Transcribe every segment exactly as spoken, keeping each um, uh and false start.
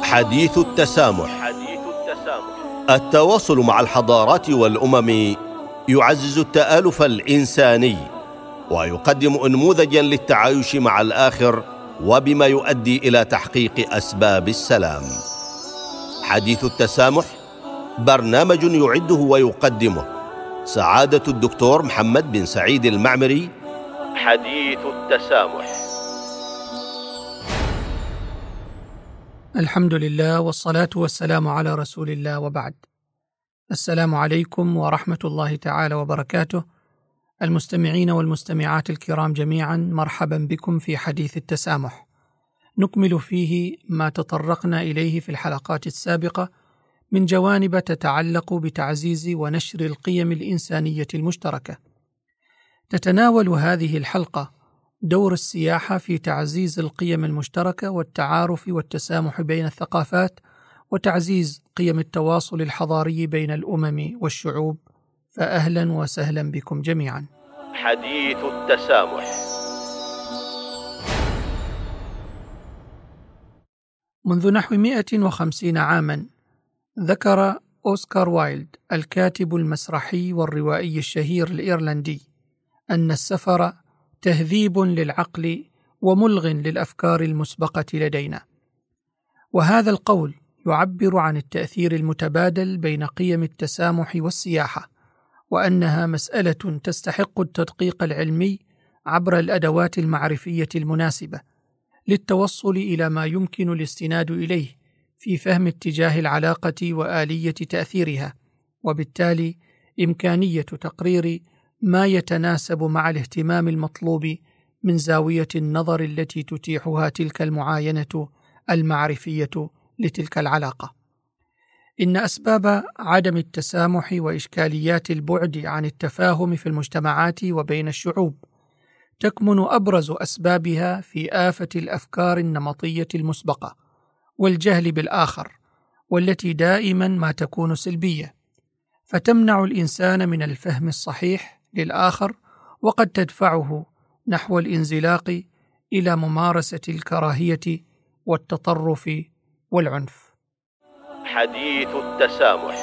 حديث التسامح. التواصل مع الحضارات والأمم يعزز التآلف الإنساني ويقدم أنموذجاً للتعايش مع الآخر وبما يؤدي إلى تحقيق أسباب السلام. حديث التسامح برنامج يعده ويقدمه سعادة الدكتور محمد بن سعيد المعمري. حديث التسامح. الحمد لله والصلاة والسلام على رسول الله، وبعد. السلام عليكم ورحمة الله تعالى وبركاته. المستمعين والمستمعات الكرام جميعا، مرحبا بكم في حديث التسامح، نكمل فيه ما تطرقنا إليه في الحلقات السابقة من جوانب تتعلق بتعزيز ونشر القيم الإنسانية المشتركة. تتناول هذه الحلقة دور السياحة في تعزيز القيم المشتركة والتعارف والتسامح بين الثقافات وتعزيز قيم التواصل الحضاري بين الأمم والشعوب. فأهلا وسهلا بكم جميعا. حديث التسامح. منذ نحو مئة وخمسين عاما ذكر أوسكار وايلد الكاتب المسرحي والروائي الشهير الإيرلندي أن السفر تهذيب للعقل وملغ للأفكار المسبقة لدينا، وهذا القول يعبر عن التأثير المتبادل بين قيم التسامح والسياحة، وأنها مسألة تستحق التدقيق العلمي عبر الأدوات المعرفية المناسبة للتوصل إلى ما يمكن الاستناد إليه في فهم اتجاه العلاقة وآلية تأثيرها، وبالتالي إمكانية تقرير ما يتناسب مع الاهتمام المطلوب من زاوية النظر التي تتيحها تلك المعاينة المعرفية لتلك العلاقة. إن أسباب عدم التسامح وإشكاليات البعد عن التفاهم في المجتمعات وبين الشعوب تكمن أبرز أسبابها في آفة الأفكار النمطية المسبقة والجهل بالآخر، والتي دائما ما تكون سلبية، فتمنع الإنسان من الفهم الصحيح للآخر، وقد تدفعه نحو الانزلاق إلى ممارسة الكراهية والتطرف والعنف. حديث التسامح.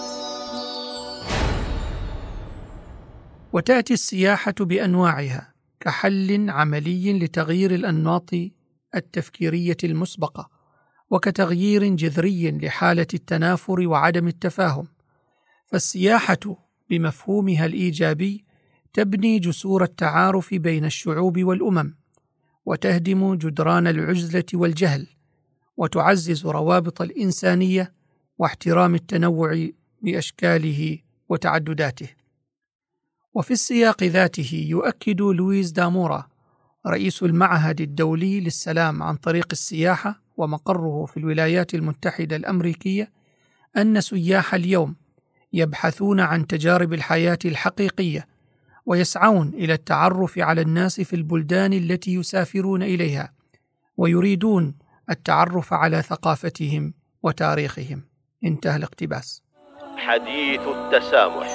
وتأتي السياحة بأنواعها كحل عملي لتغيير الأنماط التفكيرية المسبقة، وكتغيير جذري لحالة التنافر وعدم التفاهم. فالسياحة بمفهومها الإيجابي تبني جسور التعارف بين الشعوب والأمم، وتهدم جدران العزلة والجهل، وتعزز روابط الإنسانية واحترام التنوع بأشكاله وتعدداته. وفي السياق ذاته يؤكد لويس دامورا رئيس المعهد الدولي للسلام عن طريق السياحة ومقره في الولايات المتحدة الأمريكية أن سياح اليوم يبحثون عن تجارب الحياة الحقيقية، ويسعون إلى التعرف على الناس في البلدان التي يسافرون إليها، ويريدون التعرف على ثقافتهم وتاريخهم. انتهى الاقتباس. حديث التسامح.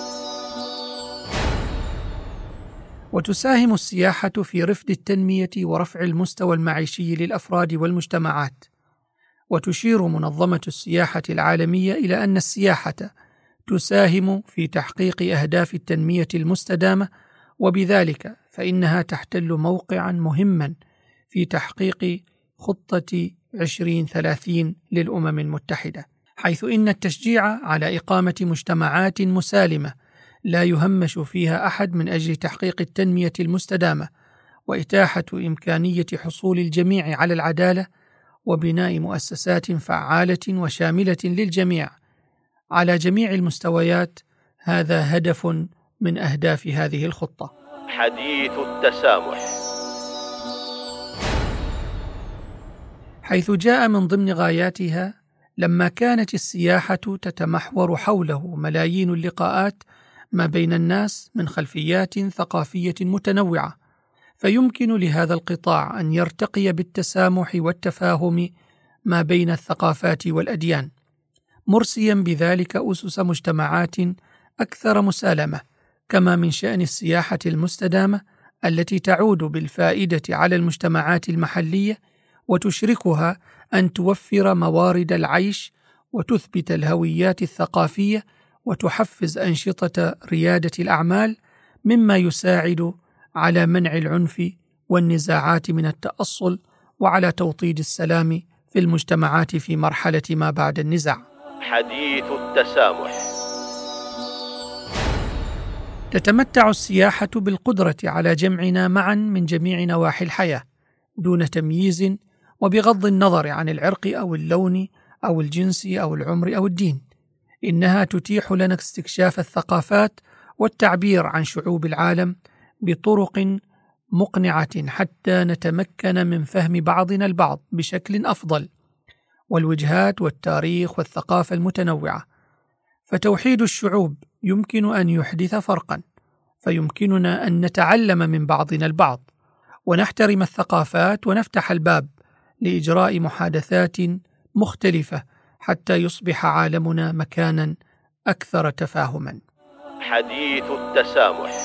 وتساهم السياحة في رفد التنمية ورفع المستوى المعيشي للأفراد والمجتمعات. وتشير منظمة السياحة العالمية إلى أن السياحة تساهم في تحقيق أهداف التنمية المستدامة، وبذلك فإنها تحتل موقعا مهما في تحقيق خطة عشرين ثلاثين للأمم المتحدة، حيث إن التشجيع على إقامة مجتمعات مسالمة لا يهمش فيها أحد من أجل تحقيق التنمية المستدامة، وإتاحة إمكانية حصول الجميع على العدالة، وبناء مؤسسات فعالة وشاملة للجميع على جميع المستويات، هذا هدف من أهداف هذه الخطة. حديث التسامح. حيث جاء من ضمن غاياتها لما كانت السياحة تتمحور حوله ملايين اللقاءات ما بين الناس من خلفيات ثقافية متنوعة، فيمكن لهذا القطاع أن يرتقي بالتسامح والتفاهم ما بين الثقافات والأديان، مرسيا بذلك أسس مجتمعات أكثر مسالمة، كما من شأن السياحة المستدامة التي تعود بالفائدة على المجتمعات المحلية وتشركها أن توفر موارد العيش وتثبت الهويات الثقافية وتحفز أنشطة ريادة الأعمال، مما يساعد على منع العنف والنزاعات من التأصل وعلى توطيد السلام في المجتمعات في مرحلة ما بعد النزاع. حديث التسامح. تتمتع السياحة بالقدرة على جمعنا معا من جميع نواحي الحياة دون تمييز وبغض النظر عن العرق أو اللون أو الجنس أو العمر أو الدين. إنها تتيح لنا استكشاف الثقافات والتعبير عن شعوب العالم بطرق مقنعة حتى نتمكن من فهم بعضنا البعض بشكل أفضل، والوجهات والتاريخ والثقافة المتنوعة. فتوحيد الشعوب يمكن أن يحدث فرقا، فيمكننا أن نتعلم من بعضنا البعض ونحترم الثقافات ونفتح الباب لإجراء محادثات مختلفة حتى يصبح عالمنا مكانا أكثر تفاهما. حديث التسامح.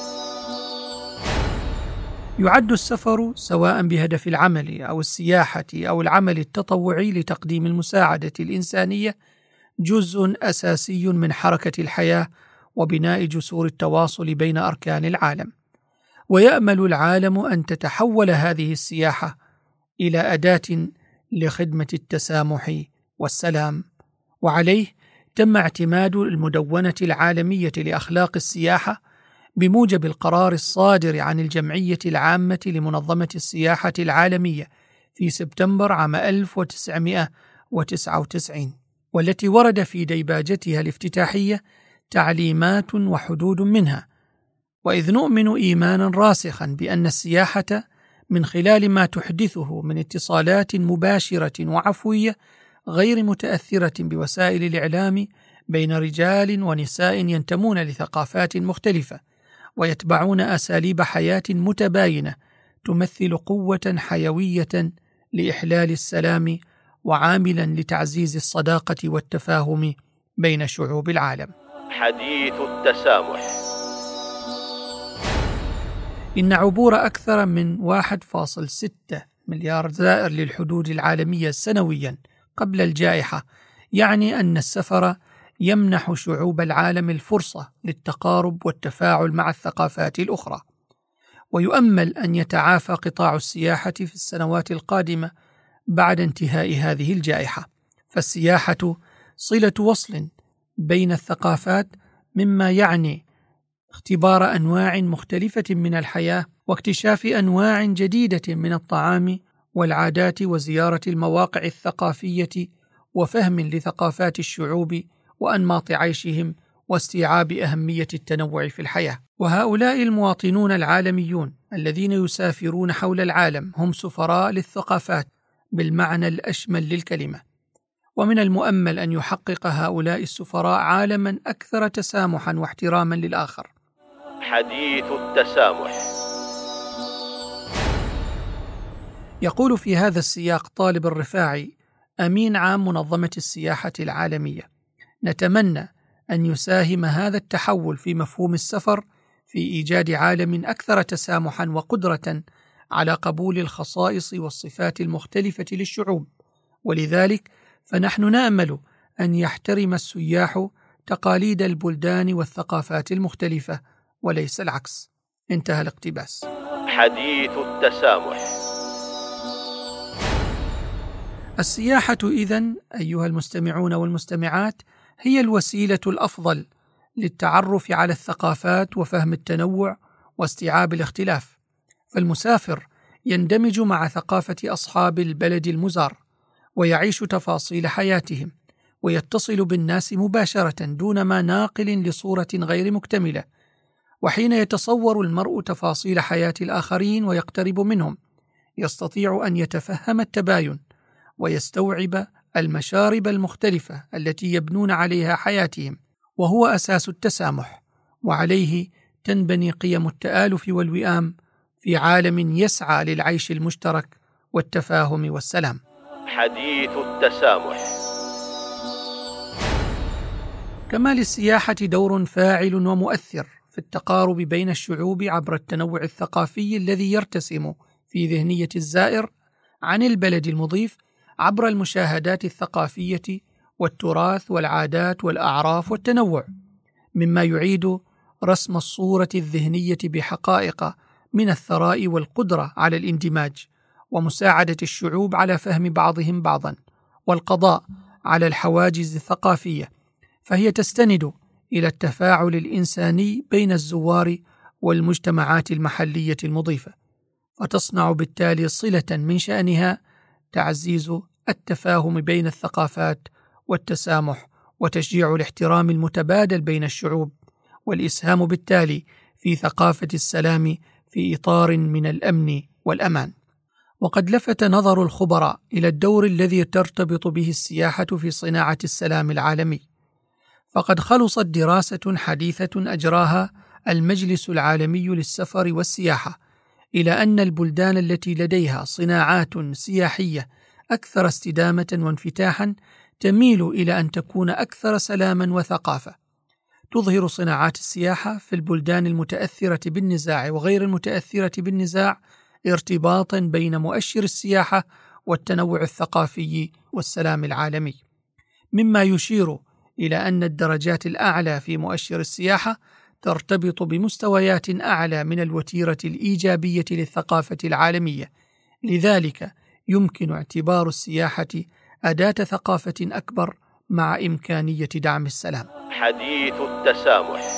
يعد السفر سواء بهدف العمل أو السياحة أو العمل التطوعي لتقديم المساعدة الإنسانية جزء أساسي من حركة الحياة وبناء جسور التواصل بين أركان العالم. ويأمل العالم أن تتحول هذه السياحة إلى أداة لخدمة التسامح والسلام. وعليه تم اعتماد المدونة العالمية لأخلاق السياحة بموجب القرار الصادر عن الجمعية العامة لمنظمة السياحة العالمية في سبتمبر عام ألف وتسعمائة وتسعة وتسعين، والتي ورد في ديباجتها الافتتاحية تعليمات وحدود منها. وإذ نؤمن إيمانا راسخا بأن السياحة من خلال ما تحدثه من اتصالات مباشرة وعفوية غير متأثرة بوسائل الإعلام بين رجال ونساء ينتمون لثقافات مختلفة ويتبعون أساليب حياة متباينة، تمثل قوة حيوية لإحلال السلام وعاملا لتعزيز الصداقة والتفاهم بين شعوب العالم. حديث التسامح. إن عبور أكثر من واحد فاصلة ستة مليار زائر للحدود العالمية سنويا قبل الجائحة يعني أن السفر يمنح شعوب العالم الفرصة للتقارب والتفاعل مع الثقافات الأخرى. ويؤمل أن يتعافى قطاع السياحة في السنوات القادمة بعد انتهاء هذه الجائحة، فالسياحة صلة وصل بين الثقافات، مما يعني اختبار أنواع مختلفة من الحياة واكتشاف أنواع جديدة من الطعام والعادات وزيارة المواقع الثقافية وفهم لثقافات الشعوب وأنماط عيشهم واستيعاب أهمية التنوع في الحياة. وهؤلاء المواطنون العالميون الذين يسافرون حول العالم هم سفراء للثقافات بالمعنى الأشمل للكلمة، ومن المؤمل أن يحقق هؤلاء السفراء عالما أكثر تسامحا واحتراما للآخر. حديث التسامح. يقول في هذا السياق طالب الرفاعي أمين عام منظمة السياحة العالمية: نتمنى أن يساهم هذا التحول في مفهوم السفر في إيجاد عالم أكثر تسامحا وقدرة على قبول الخصائص والصفات المختلفة للشعوب، ولذلك فنحن نأمل أن يحترم السياح تقاليد البلدان والثقافات المختلفة وليس العكس. انتهى الاقتباس. حديث التسامح. السياحة إذن أيها المستمعون والمستمعات هي الوسيلة الأفضل للتعرف على الثقافات وفهم التنوع واستيعاب الاختلاف. فالمسافر يندمج مع ثقافة أصحاب البلد المزار ويعيش تفاصيل حياتهم ويتصل بالناس مباشرة دون ما ناقل لصورة غير مكتملة. وحين يتصور المرء تفاصيل حياة الآخرين ويقترب منهم يستطيع أن يتفهم التباين ويستوعب المشارب المختلفة التي يبنون عليها حياتهم، وهو أساس التسامح، وعليه تنبني قيم التآلف والوئام في عالم يسعى للعيش المشترك والتفاهم والسلام. حديث التسامح. كما للسياحة دور فاعل ومؤثر في التقارب بين الشعوب عبر التنوع الثقافي الذي يرتسم في ذهنية الزائر عن البلد المضيف عبر المشاهدات الثقافية والتراث والعادات والأعراف والتنوع، مما يعيد رسم الصورة الذهنية بحقائق من الثراء والقدرة على الاندماج ومساعدة الشعوب على فهم بعضهم بعضا والقضاء على الحواجز الثقافية، فهي تستند إلى التفاعل الإنساني بين الزوار والمجتمعات المحلية المضيفة، وتصنع بالتالي صلة من شأنها تعزيز التفاهم بين الثقافات والتسامح وتشجيع الاحترام المتبادل بين الشعوب، والإسهام بالتالي في ثقافة السلام في إطار من الأمن والأمان. وقد لفت نظر الخبراء إلى الدور الذي ترتبط به السياحة في صناعة السلام العالمي، فقد خلصت دراسة حديثة أجراها المجلس العالمي للسفر والسياحة إلى أن البلدان التي لديها صناعات سياحية أكثر استدامة وانفتاحا تميل إلى أن تكون أكثر سلاما وثقافة. تظهر صناعات السياحة في البلدان المتأثرة بالنزاع وغير المتأثرة بالنزاع ارتباطا بين مؤشر السياحة والتنوع الثقافي والسلام العالمي، مما يشير إلى أن الدرجات الأعلى في مؤشر السياحة ترتبط بمستويات أعلى من الوتيرة الإيجابية للثقافة العالمية. لذلك يمكن اعتبار السياحة أداة ثقافة أكبر مع إمكانية دعم السلام. حديث التسامح.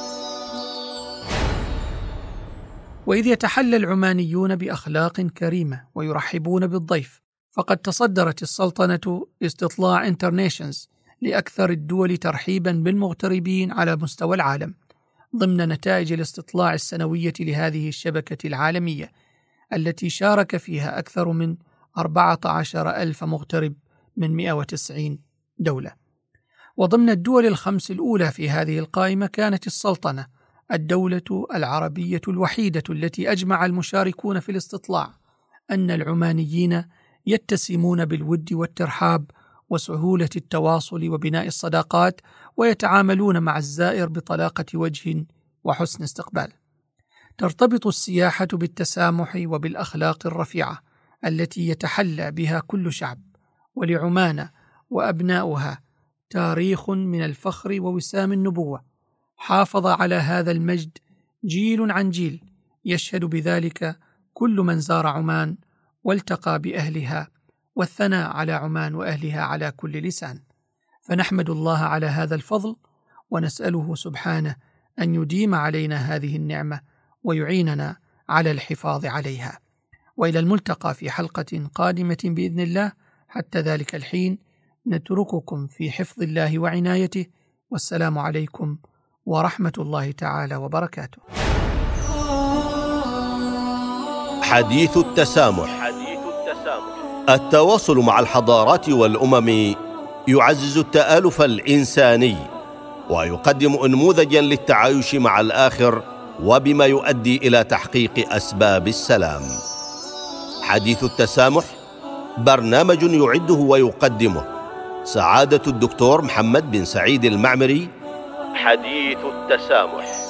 وإذ يتحلى العمانيون بأخلاق كريمة ويرحبون بالضيف، فقد تصدرت السلطنة استطلاع انترنيشنز لأكثر الدول ترحيبا بالمغتربين على مستوى العالم ضمن نتائج الاستطلاع السنوية لهذه الشبكة العالمية التي شارك فيها أكثر من أربعة عشر ألف مغترب من مئة وتسعين دولة. وضمن الدول الخمس الأولى في هذه القائمة كانت السلطنة الدولة العربية الوحيدة التي أجمع المشاركون في الاستطلاع أن العمانيين يتسمون بالود والترحاب وسهولة التواصل وبناء الصداقات، ويتعاملون مع الزائر بطلاقة وجه وحسن استقبال. ترتبط السياحة بالتسامح وبالأخلاق الرفيعة التي يتحلى بها كل شعب، ولعمان وأبناؤها تاريخ من الفخر ووسام النبوة حافظ على هذا المجد جيل عن جيل، يشهد بذلك كل من زار عمان والتقى بأهلها، والثناء على عمان وأهلها على كل لسان. فنحمد الله على هذا الفضل ونسأله سبحانه أن يديم علينا هذه النعمة ويعيننا على الحفاظ عليها. وإلى الملتقى في حلقة قادمة بإذن الله، حتى ذلك الحين نترككم في حفظ الله وعنايته، والسلام عليكم ورحمة الله تعالى وبركاته. حديث التسامح. حديث التسامح. التواصل مع الحضارات والأمم يعزز التآلف الإنساني ويقدم أنموذجا للتعايش مع الآخر وبما يؤدي إلى تحقيق أسباب السلام. حديث التسامح برنامج يعده ويقدمه سعادة الدكتور محمد بن سعيد المعمري. حديث التسامح.